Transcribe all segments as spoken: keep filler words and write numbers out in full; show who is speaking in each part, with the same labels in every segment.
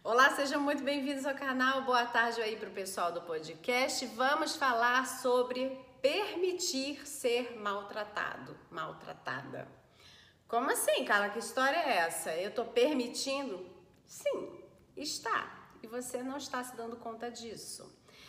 Speaker 1: Olá, sejam muito bem-vindos ao canal. Boa tarde aí para o pessoal do podcast. Vamos falar sobre permitir ser maltratado, maltratada. Como assim, Carla? Que história é essa? Eu tô permitindo? Sim, está. E você não está se dando conta disso.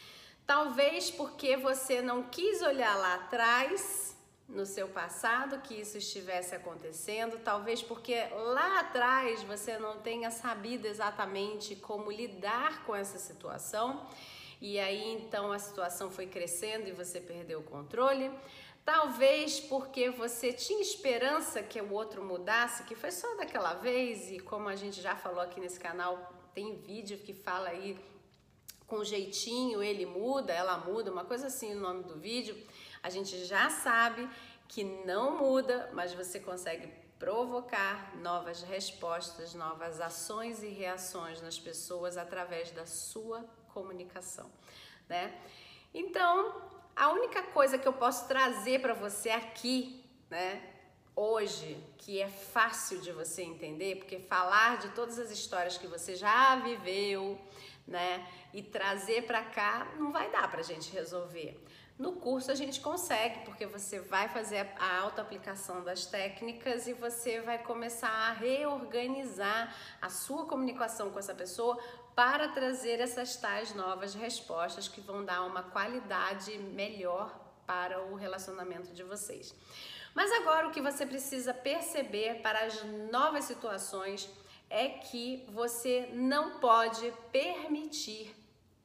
Speaker 1: Talvez porque você não quis olhar lá atrás, no seu passado, que isso estivesse acontecendo, talvez porque lá atrás você não tenha sabido exatamente como lidar com essa situação, e aí então a situação foi crescendo e você perdeu o controle. Talvez porque você tinha esperança que o outro mudasse, que foi só daquela vez, e como a gente já falou aqui nesse canal, tem vídeo que fala aí com jeitinho, ele muda, ela muda, uma coisa assim o nome do vídeo. A gente já sabe que não muda, mas você consegue provocar novas respostas, novas ações e reações nas pessoas através da sua comunicação, né? Então, a única coisa que eu posso trazer para você aqui, né, hoje, que é fácil de você entender, porque falar de todas as histórias que você já viveu, né, e trazer para cá não vai dar pra gente resolver. No curso a gente consegue, porque você vai fazer a auto-aplicação das técnicas e você vai começar a reorganizar a sua comunicação com essa pessoa para trazer essas tais novas respostas que vão dar uma qualidade melhor para o relacionamento de vocês. Mas agora o que você precisa perceber para as novas situações é que você não pode permitir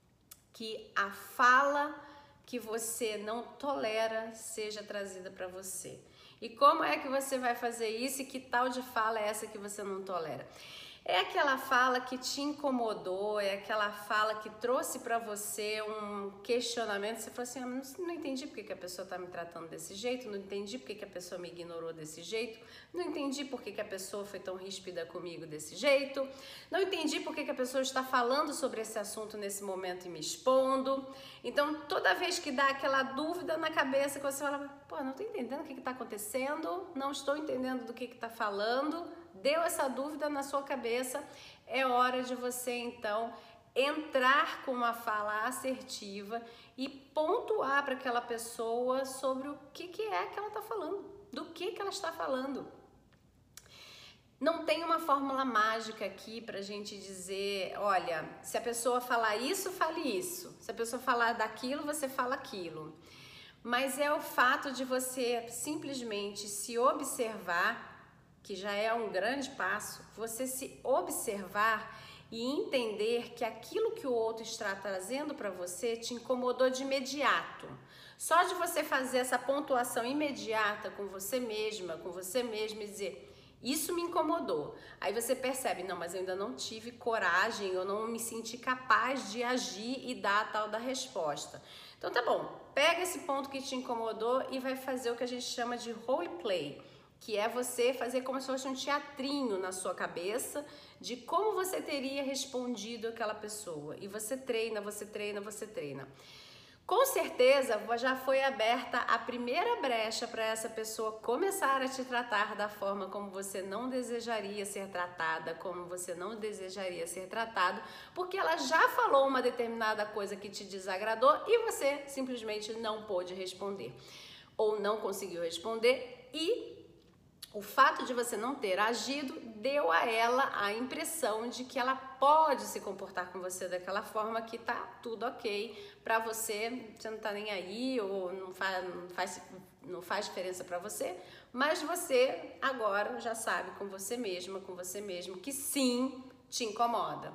Speaker 1: que a fala que você não tolera seja trazida para você. E como é que você vai fazer isso e que tal de fala é essa que você não tolera? É aquela fala que te incomodou, é aquela fala que trouxe para você um questionamento, você falou assim, ah, não, não entendi porque que a pessoa está me tratando desse jeito, não entendi porque que a pessoa me ignorou desse jeito, não entendi porque que a pessoa foi tão ríspida comigo desse jeito, não entendi porque que a pessoa está falando sobre esse assunto nesse momento e me expondo. Então, toda vez que dá aquela dúvida na cabeça, que você fala, pô, não estou entendendo o que está acontecendo, não estou entendendo do que está falando, deu essa dúvida na sua cabeça, é hora de você então entrar com uma fala assertiva e pontuar para aquela pessoa sobre o que, que é que ela está falando, do que, que ela está falando. Não tem uma fórmula mágica aqui pra gente dizer, olha, se a pessoa falar isso, fale isso. Se a pessoa falar daquilo, você fala aquilo. Mas é o fato de você simplesmente se observar, que já é um grande passo, você se observar e entender que aquilo que o outro está trazendo para você te incomodou de imediato. Só de você fazer essa pontuação imediata com você mesma, com você mesma e dizer, isso me incomodou. Aí você percebe, não, mas eu ainda não tive coragem, eu não me senti capaz de agir e dar a tal da resposta. Então tá bom, pega esse ponto que te incomodou e vai fazer o que a gente chama de roleplay, que é você fazer como se fosse um teatrinho na sua cabeça de como você teria respondido aquela pessoa. E você treina, você treina, você treina. Com certeza já foi aberta a primeira brecha para essa pessoa começar a te tratar da forma como você não desejaria ser tratada, como você não desejaria ser tratado, porque ela já falou uma determinada coisa que te desagradou e você simplesmente não pôde responder ou não conseguiu responder, e o fato de você não ter agido deu a ela a impressão de que ela pode se comportar com você daquela forma, que tá tudo ok pra você, você não tá nem aí ou não faz, não faz, não faz diferença pra você, mas você agora já sabe com você mesma, com você mesmo, que sim, te incomoda.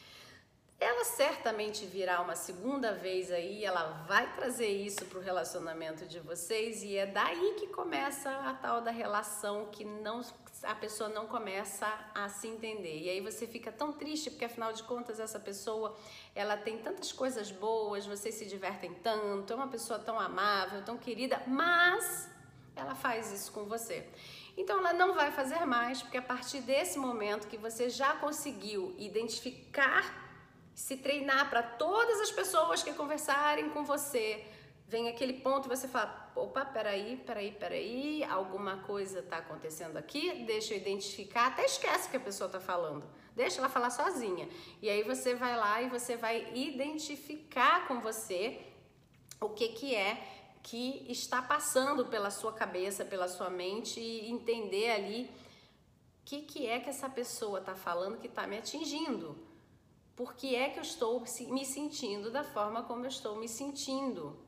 Speaker 1: Ela certamente virá uma segunda vez aí, ela vai trazer isso para o relacionamento de vocês e é daí que começa a tal da relação que não, a pessoa não começa a se entender. E aí você fica tão triste porque afinal de contas essa pessoa, ela tem tantas coisas boas, vocês se divertem tanto, é uma pessoa tão amável, tão querida, mas ela faz isso com você. Então ela não vai fazer mais, porque a partir desse momento que você já conseguiu identificar, se treinar para todas as pessoas que conversarem com você, vem aquele ponto e você fala, opa, peraí, peraí, peraí, alguma coisa tá acontecendo aqui, deixa eu identificar, até esquece o que a pessoa tá falando. Deixa ela falar sozinha. E aí você vai lá e você vai identificar com você o que que é que está passando pela sua cabeça, pela sua mente e entender ali o que que é que essa pessoa está falando que está me atingindo. Por que é que eu estou me sentindo da forma como eu estou me sentindo?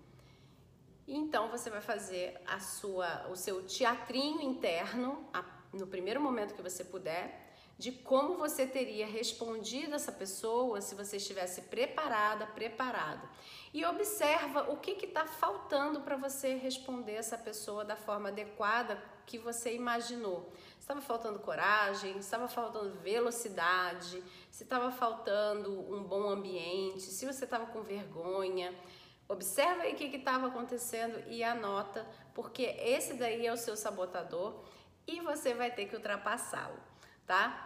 Speaker 1: Então você vai fazer a sua, o seu teatrinho interno, a, no primeiro momento que você puder, de como você teria respondido essa pessoa se você estivesse preparada, preparado. E observa o que está faltando para você responder essa pessoa da forma adequada que você imaginou. Estava faltando coragem, estava faltando velocidade, se estava faltando um bom ambiente, se você estava com vergonha. Observa aí o que estava acontecendo e anota, porque esse daí é o seu sabotador e você vai ter que ultrapassá-lo, tá?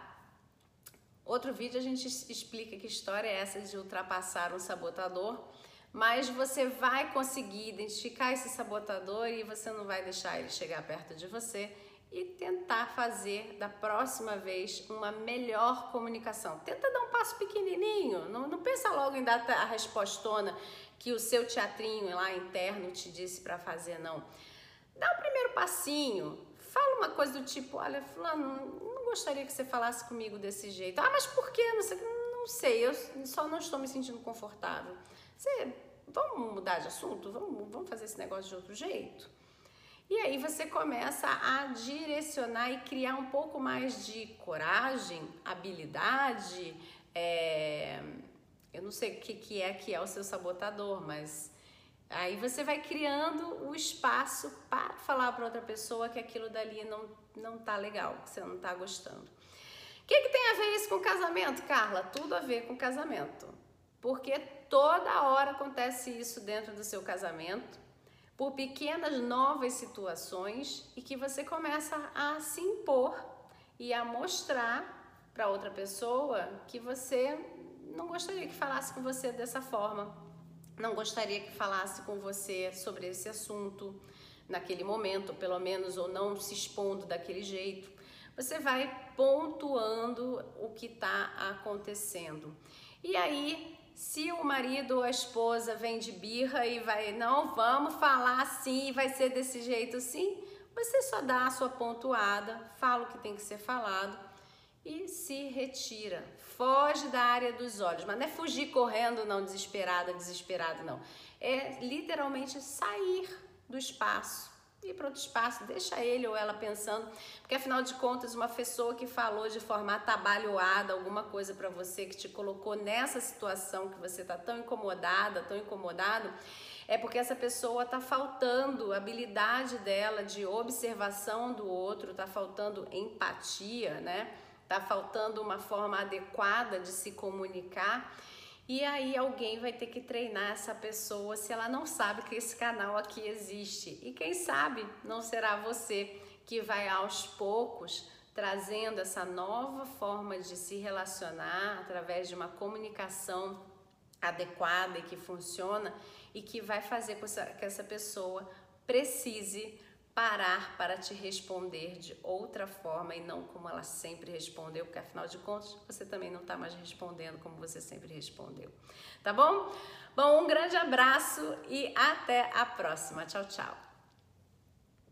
Speaker 1: Outro vídeo a gente explica que história é essa de ultrapassar um sabotador, mas você vai conseguir identificar esse sabotador e você não vai deixar ele chegar perto de você e tentar fazer da próxima vez uma melhor comunicação. Tenta dar um passo pequenininho, não, não pensa logo em dar a respostona que o seu teatrinho lá interno te disse para fazer, não. Dá o primeiro passinho, fala uma coisa do tipo, olha, fulano, não gostaria que você falasse comigo desse jeito. Ah, mas por quê? Não sei, não sei, eu só não estou me sentindo confortável. Você, vamos mudar de assunto? Vamos, vamos fazer esse negócio de outro jeito? E aí você começa a direcionar e criar um pouco mais de coragem, habilidade, é... eu não sei o que, que é que é o seu sabotador, mas aí você vai criando o espaço para falar para outra pessoa que aquilo dali não, não tá legal, que você não tá gostando. O que, que tem a ver isso com casamento, Carla? Tudo a ver com casamento. Porque toda hora acontece isso dentro do seu casamento, por pequenas novas situações e que você começa a se impor e a mostrar para outra pessoa que você não gostaria que falasse com você dessa forma, não gostaria que falasse com você sobre esse assunto naquele momento, pelo menos, ou não se expondo daquele jeito. Você vai pontuando o que está acontecendo. E aí, se o marido ou a esposa vem de birra e vai, não, vamos falar assim, vai ser desse jeito assim, você só dá a sua pontuada, fala o que tem que ser falado e se retira. Foge da área dos olhos, mas não é fugir correndo, não, desesperada, desesperado, não. É literalmente sair do espaço, ir para outro espaço, deixa ele ou ela pensando, porque afinal de contas uma pessoa que falou de forma atabalhoada alguma coisa para você, que te colocou nessa situação que você está tão incomodada, tão incomodado, é porque essa pessoa está faltando a habilidade dela de observação do outro, está faltando empatia, né? Tá faltando uma forma adequada de se comunicar. E aí alguém vai ter que treinar essa pessoa se ela não sabe que esse canal aqui existe. E quem sabe não será você que vai aos poucos trazendo essa nova forma de se relacionar através de uma comunicação adequada e que funciona e que vai fazer com que essa pessoa precise parar para te responder de outra forma e não como ela sempre respondeu, porque afinal de contas você também não está mais respondendo como você sempre respondeu, tá bom? Bom, um grande abraço e até a próxima. Tchau, tchau.